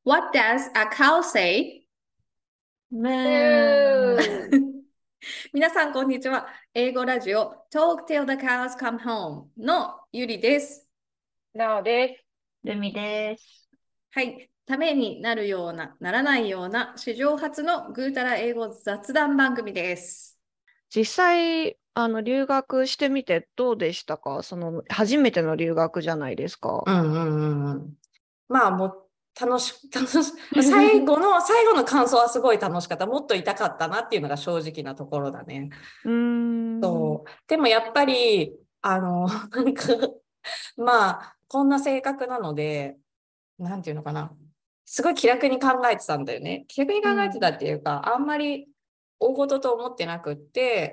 What does a cow say? むうー。 ー。 皆さん、こんにちは。英語ラジオ Talk till the cows come home のゆりです。 なおです。 ルミです。 はい。ためになるような、ならないような、史上初のぐうたら英語雑談番組です。 実際、留学してみてどうでしたか？初めての留学じゃないですか。 うんうんうんうん。まあ、もう、最後の感想はすごい楽しかった。もっと痛かったなっていうのが正直なところだね。 うーん。 そう。でもやっぱり、なんか、まあ、こんな性格なので、なんていうのかな。すごい気楽に考えてたんだよね。気楽に考えてたうん。 っていうか、あんまり大事と思ってなくって、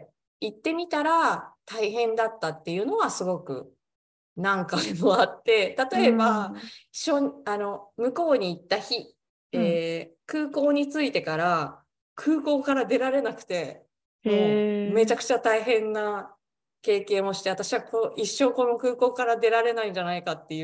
行ってみたら大変だったっていうのはすごく何回もあって、 う例えば、 ん。 向こうに行った日、 うん。 空港に着いてから空港から出られなくて、 へもうめちゃえ。 くちゃ大変な経験をして、私は一生この空港から出られないんじゃないかっていう、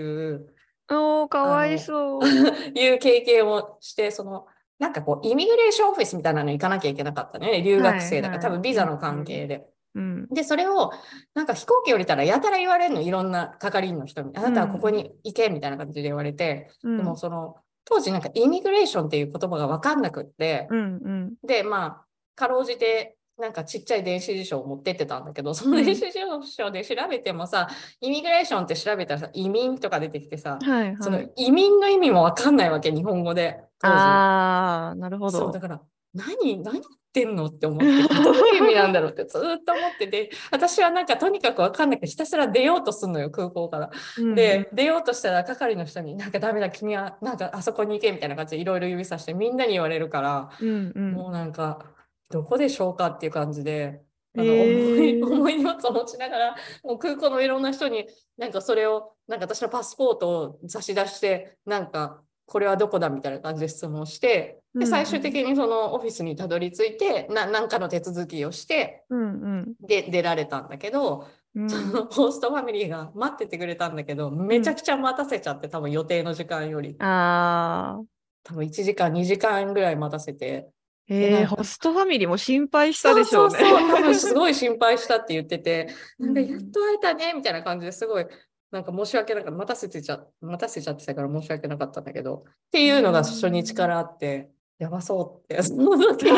おー、かわいあの、 そう。 いう経験をして、なんかこう、イミグレーションオフィスみたいなの行かなきゃいけなかったね。留学はい生だから、多はい。 分ビうん。 ザの関うん。 係で。 うん。 で、それを、なんか飛行機降りたらやたら言われるの、いろんな係員の人に。あうなたはここん。 に行け、みたいな感じで言われて。でも、 うん。 当時なんかイミグレーションっていう言葉がわかんなくって、 うん。うん。 で、まあ、かろうじて、なんかちっちゃい電子辞書を持ってってたんだけど、その電子うん。 辞書で調べてもさ、イミグレーションって調べたらさ、移民とか出てきてさ、そのはいはい。 移民の意味もわかんないわけ、日本語で、当時。 あー、なるほそう、だど。 から、何言ってんのって思って、これどういう意味なんだろうってずっと思ってて、私はなんかとにかくわかんなくて、ひたすら出ようとすんのよ、空港から。 うんうん。 で、出ようとしたら係の人になんかダメだ、君はなんかあそこに行けみたいな感じでいろいろ指さしてみんなに言われるから、 うんうん。 もうなんか、どこでしょうかっていう感じで、 へ重え。 い荷物を持ちながら、もう空港のいろんな人に、なんかそれを、なんか私のパスポートを差し出して、なんか、これはどこだみたいな感じで質問して、 うで、 んうん。 最終的にそのオフィスにたどり着いて、なんかの手続きをして、 うんうん。 で、出られたんだけど、そうん。 のホストファミリーが待っててくれたんだけど、 うん。 めちゃくちゃ待たせちゃって、多分予定の時間より。 ああ。 多分1時間、2時間ぐらい待たせて、で、 ホストファミリーも心配したそうでしょうね。 そうそう、多分すごい心配したって言ってて、なんかやっうんうん。 と会えたね、みたいな感じですごい、なんか申し訳なかった、待たせちゃってたから申し訳なかったんだけど、ってういうのが初日かん。 らあって、やばそうって、その時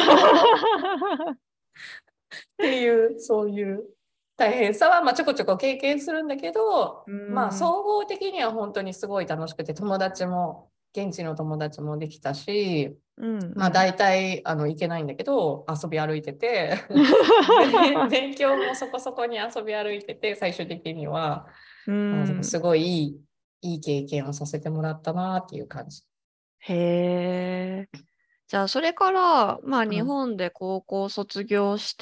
っていう、そういう大変さは、まあ、ちょこちょこ経験するんだけど、 うまあ、 ん。 総合的には本当にすごい楽しくて、現地の友達もできたし、 うんまあ、 うん。 大体、行けないんだけど、遊び歩いてて勉強もそこそこに遊び歩いてて、最終的には、 うん。 すごいいい経験をさせてもらったなっていう感じ。 へえ。じゃあ、それから、まあ、日うん、 本で高校卒業して、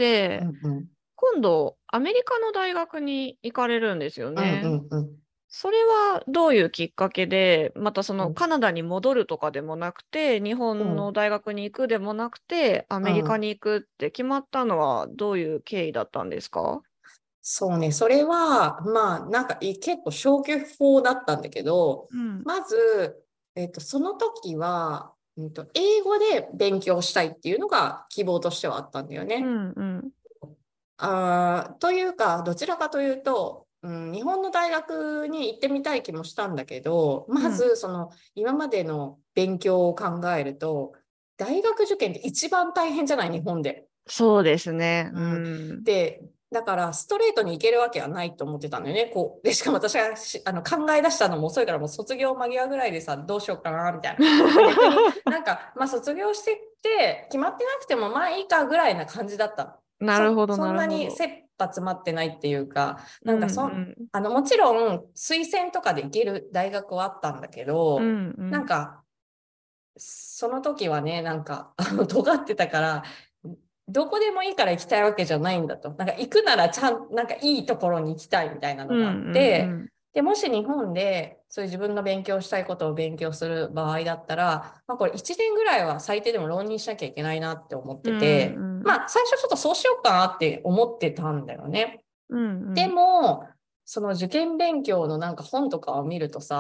うん、うん、 今度、アメリカの大学に行かれるんですようん、うね。 ん、うん。 それはどういうきっかけで、またそのうんカナダに戻るとかでもなくて、日本のうん大学に行くでもなくて、アメリカうんに行くって決まったのはどういう経緯だったんですか？ そうね、それは、まあ、なんか結構消去法だったんだけど、 うん。 まず、その時は、英語で勉強したいっていうのが希望としてはあったんだよね。 うんうん。 というか、どちらかというと、日本の大学に行ってみたい気もしたんだけど、 うん。 まず、今までの勉強を考えると、大学受験って一番大変じゃない、日本で。 そうですね。ううん、 ん。 で、だからストレートに行けるわけはないと思ってたんだよね。で、しかも私が考え出したのも遅いからもう卒業間際ぐらいでさ、どうしようかな、みたいな。まあ、逆になんか、まあ卒業してって決まってなくてもまあいいかぐらいな感じだった。 なるほど、なそんなるほど。 に切羽詰まってないっていうか、 うんうなんかん。 もちろん推薦とかで行ける大学はあったんだけど、 うんうん。 なんか、その時はね、なんか、尖ってたから、どこでもいいから行きたいわけじゃないんだと。なんか行くならなんかいいところに行きたいみたいなうんのがあっうんうて、 ん。 で、もし日本でそういう自分の勉強したいことを勉強する場合だったら、まあこれ1年ぐらいは最低でも浪人しなきゃいけないなって思っうてて、 んうん。 まあ最初ちょっとそうしようかなって思ってたんだよね。 うんうでん。 も、その受験勉強のなんか本とかを見るとさ、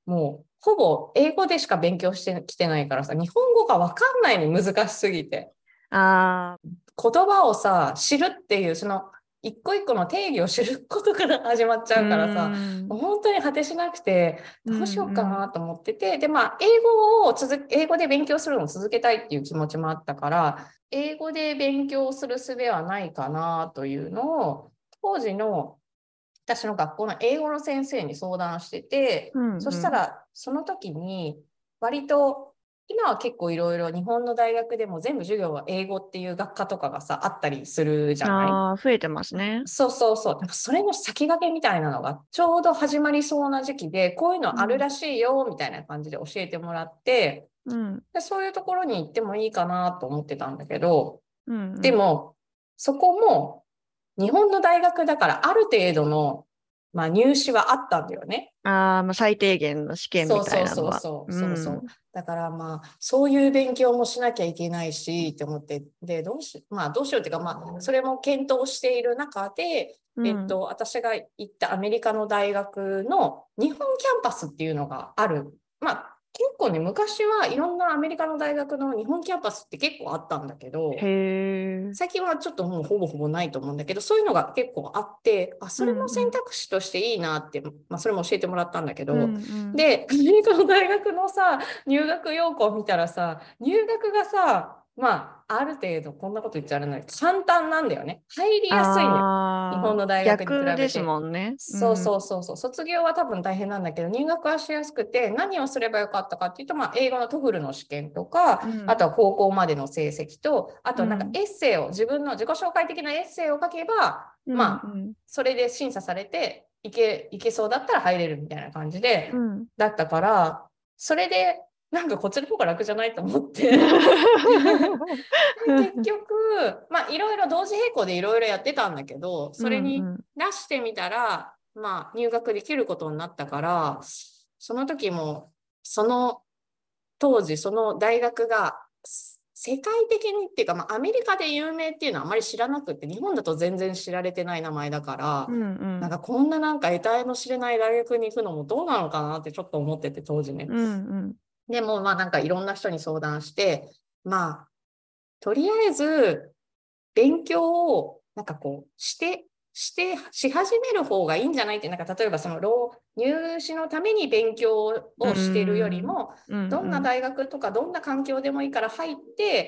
もうほぼ英語でしか勉強してきてないからさ、日本語が分かんないの難しすぎて。 あ言葉をさ、知るっていう、その一個一個の定義を知ることから始まっちあ、 ゃうからさ、もう本当に果てしなくて、どうしようかなと思ってて、で、まあ、英語で勉強するのを続けたいっていう気持ちもあったから、英語で勉強する術はないかなというのを、当時の私の学校の英語の先生に相談してて、そしたら、その時に、割と、今は結構いろいろ日本の大学でも全部授業は英語っていう学科とかがさ、あったりするじゃない？ 増えてますね。 そうそうそう。なんかそれの先駆けみたいなのがちょうど始まりそうな時期で、こういうのあるらしいよみたいな感じで教えてもらって、でそういうところに行ってもいいかなと思ってたんだけど、でも、そこも日本の大学だからある程度の、まあ、入試はあったんだよね。 まあ、最低限の試験みたいなのは。 そう。だからまあ、そういう勉強もしなきゃいけないし、って思って、で、どうしようっていうか、まあ、それも検討している中で、私が行ったアメリカの大学の日本キャンパスっていうのがある。まあ、結構ね、昔はいろんなアメリカの大学の日本キャンパスって結構あったんだけど、最近はちょっともうほぼほぼないと思うんだけど、そういうのが結構あって、それも選択肢としていいなって、まあ、それも教えてもらったんだけど、で、アメリカの大学のさ、入学要項を見たらさ、入学がさ、まあ、ある程度、こんなこと言っちゃあれない、簡単なんだよね。入りやすいんだよ。日本の大学に比べて。 逆ですもんね。 そう。卒業は多分大変なんだけど、入学はしやすくて、何をすればよかったかっていうと、まあ、英語のトフルの試験とか、あとは高校までの成績と、あとなんかエッセイを、自分の自己紹介的なエッセイを書けば、まあ、それで審査されていけそうだったら入れるみたいな感じで、だったから、それで、なんかこっちの方が楽じゃないと思ってで結局まあいろいろ同時並行でいろいろやってたんだけど、それに出してみたら、まあ入学できることになったから、その時もその当時その大学が世界的にっていうか、まあ、アメリカで有名っていうのはあまり知らなくて、日本だと全然知られてない名前だから、なんかこんななんか得体の知れない大学に行くのもどうなのかなってちょっと思ってて、当時ね。でもまあなんかいろんな人に相談して、まあとりあえず勉強をなんかこうし始める方がいいんじゃないって、なんか例えばその入試のために勉強をしてるよりも、どんな大学とかどんな環境でもいいから入って、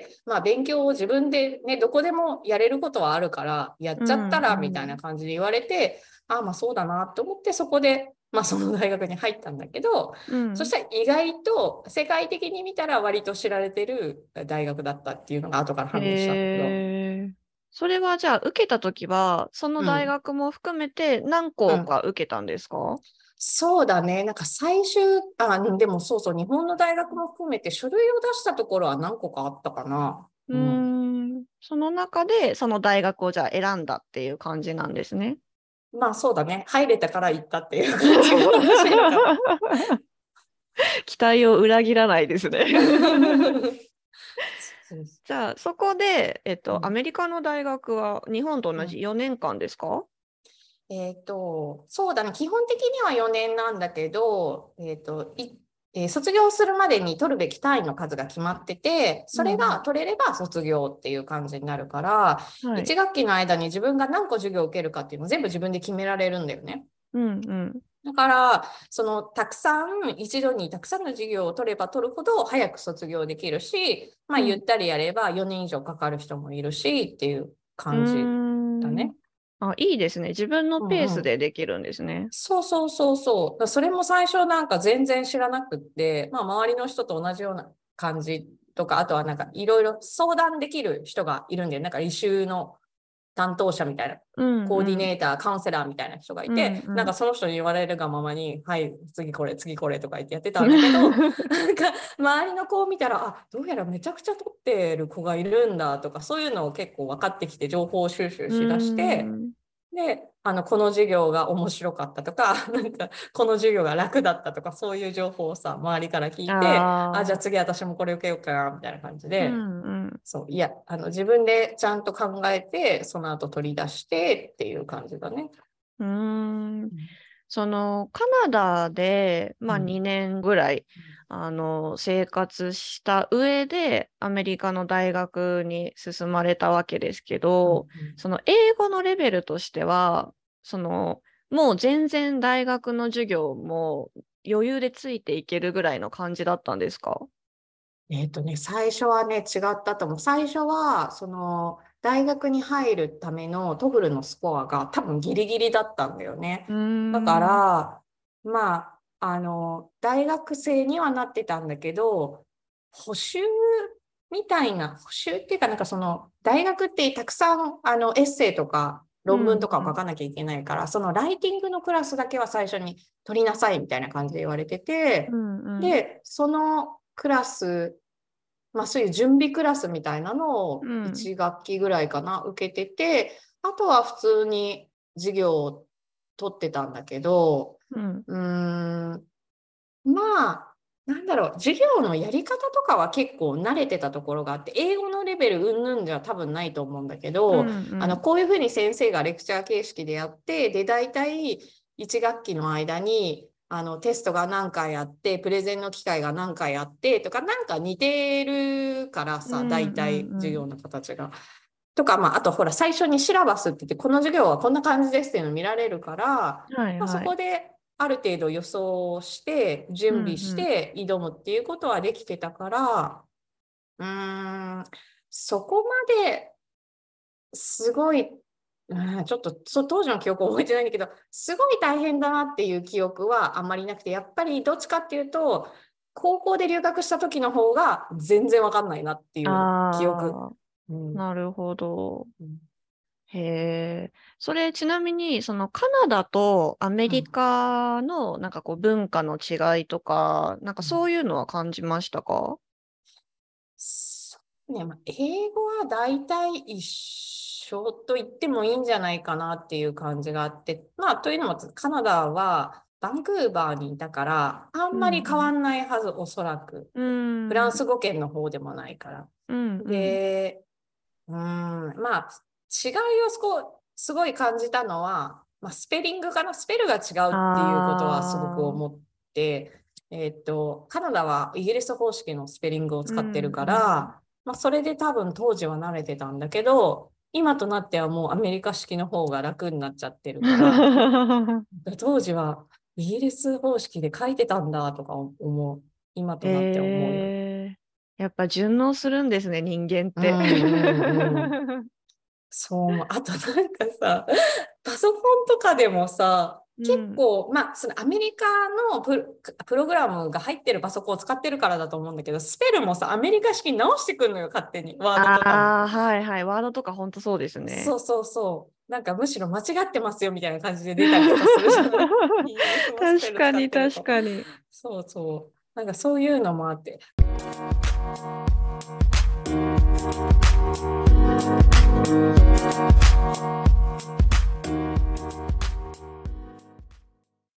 まあ勉強を自分でね、どこでもやれることはあるからやっちゃったらみたいな感じで言われて、まあそうだなと思って、そこでまあその大学に入ったんだけど、そしたら意外と世界的に見たら割と知られてる大学だったっていうのが後から判明したんだけど。 それはじゃあ受けたときは、その大学も含めて何校か受けたんですか？ そうだね。なんか最終、でもそうそう、日本の大学も含めて書類を出したところは何個かあったかな。 その中でその大学をじゃあ選んだっていう感じなんですね。 まあそうだね。入れたから行ったっていう感じが正しいのかな。 期待を裏切らないですね。じゃあそこで、アメリカの大学は日本と同じ4年間ですか？ そうだね。基本的には4年なんだけど、卒業するまでに取るべき単位の数が決まってて、それが取れれば卒業っていう感じになるから、1学期の間に自分が何個授業を受けるかっていうのを全部自分で決められるんだよね。だから、一度にたくさんの授業を取れば取るほど早く卒業できるし、まあゆったりやれば4年以上かかる人もいるしっていう感じだね。 いいですね。自分のペースでできるんですね。 そう。それも最初なんか全然知らなくって、まあ周りの人と同じような感じとか、あとはなんかいろいろ相談できる人がいるんで、なんか履修の担当者みたいな、コーディネーター、カウンセラーみたいな人がいて、なんかその人に言われるがままに、はい、次これとか言ってやってたんだけど、なんか周りの子を見たら、どうやらめちゃくちゃ取ってる子がいるんだとか、そういうのを結構分かってきて情報収集しだして、で、この授業が面白かったとか、なんか、この授業が楽だったとか、そういう情報をさ、周りから聞いて、じゃあ次私もこれ受けようかな、みたいな感じで、そう、いや、自分でちゃんと考えて、その後取り出してっていう感じだね。 そのカナダで、まあ、 うん 2年ぐらい、生活した上でアメリカの大学に進まれたわけですけうんど、その英語のレベルとしては、そのもう全然大学の授業も余裕でついていけるぐらいの感じだったんですか？ 最初はね、違ったと思う。最初は、大学に入るためのトフルのスコアが多分ギリギリだったんだよね。 うーだかん。 ら、大学生にはなってたんだけど、補習みたいな、補習っていうか、大学ってたくさん、エッセイとか論文とかを書かなきゃいけないから、そのライティングのクラスだけは最初に取りなさいみたいな感じで言われてて、で、そのクラス、そういう準備クラスみたいなのを1学期ぐらいかな、受けてて、あとは普通に授業を取ってたんだけど、なんだろう、授業のやり方とかは結構慣れてたところがあって、英語のレベルうんぬんじゃ多分ないと思うんだけど、こういうふうに先生がレクチャー形式でやって、で、大体1学期の間に、テストが何回あって、プレゼンの機会が何回あってとか、なんか似てるからさ、大体授業の形が。とか、あとほら、最初にシラバスって言って、この授業はこんな感じですっていうのを見られるから、そこである程度予想して、準備して挑むっていうことはできてたから、そこまですごい、ちょっと当時の記憶覚えてないんだけど、すごい大変だなっていう記憶はあんまりなくて、やっぱりどっちかっていうと、高校で留学した時の方が全然わかんないなっていう記憶。 なるほど。へえ。それちなみに、そのカナダとアメリカのなんかこう文化の違いとか、なんかそういうのは感じましたか？ そうね、英語は大体一緒と言ってもいいんじゃないかなっていう感じがあって、というのもカナダはバンクーバーにいたから、あんまり変わんないはず、おそらく。フランス語圏の方でもないから。で、違いをすごい感じたのは、スペリングかな、スペルが違うっていうことはすごく思って、カナダはイギリス方式のスペリングを使ってるから、それで多分当時は慣れてたんだけど、今となってはもうアメリカ式の方が楽になっちゃってるから、当時はイギリス方式で書いてたんだとか思う。今となっては思うよ。 やっぱ順応するんですね、人間って。 そう、あとなんかさ、パソコンとかでもさ、結構、そのアメリカのプログラムが入ってるパソコンを使ってるからだと思うんだけど、スペルもさ、アメリカ式に直してくんのよ、勝手に。ワードとかも。 はいはい。ワードとか本当そうですね。 そうそうそう。なんかむしろ間違ってますよみたいな感じで出たりとかするじゃない。 確かに確かに。 そうそう。なんかそういうのもあって。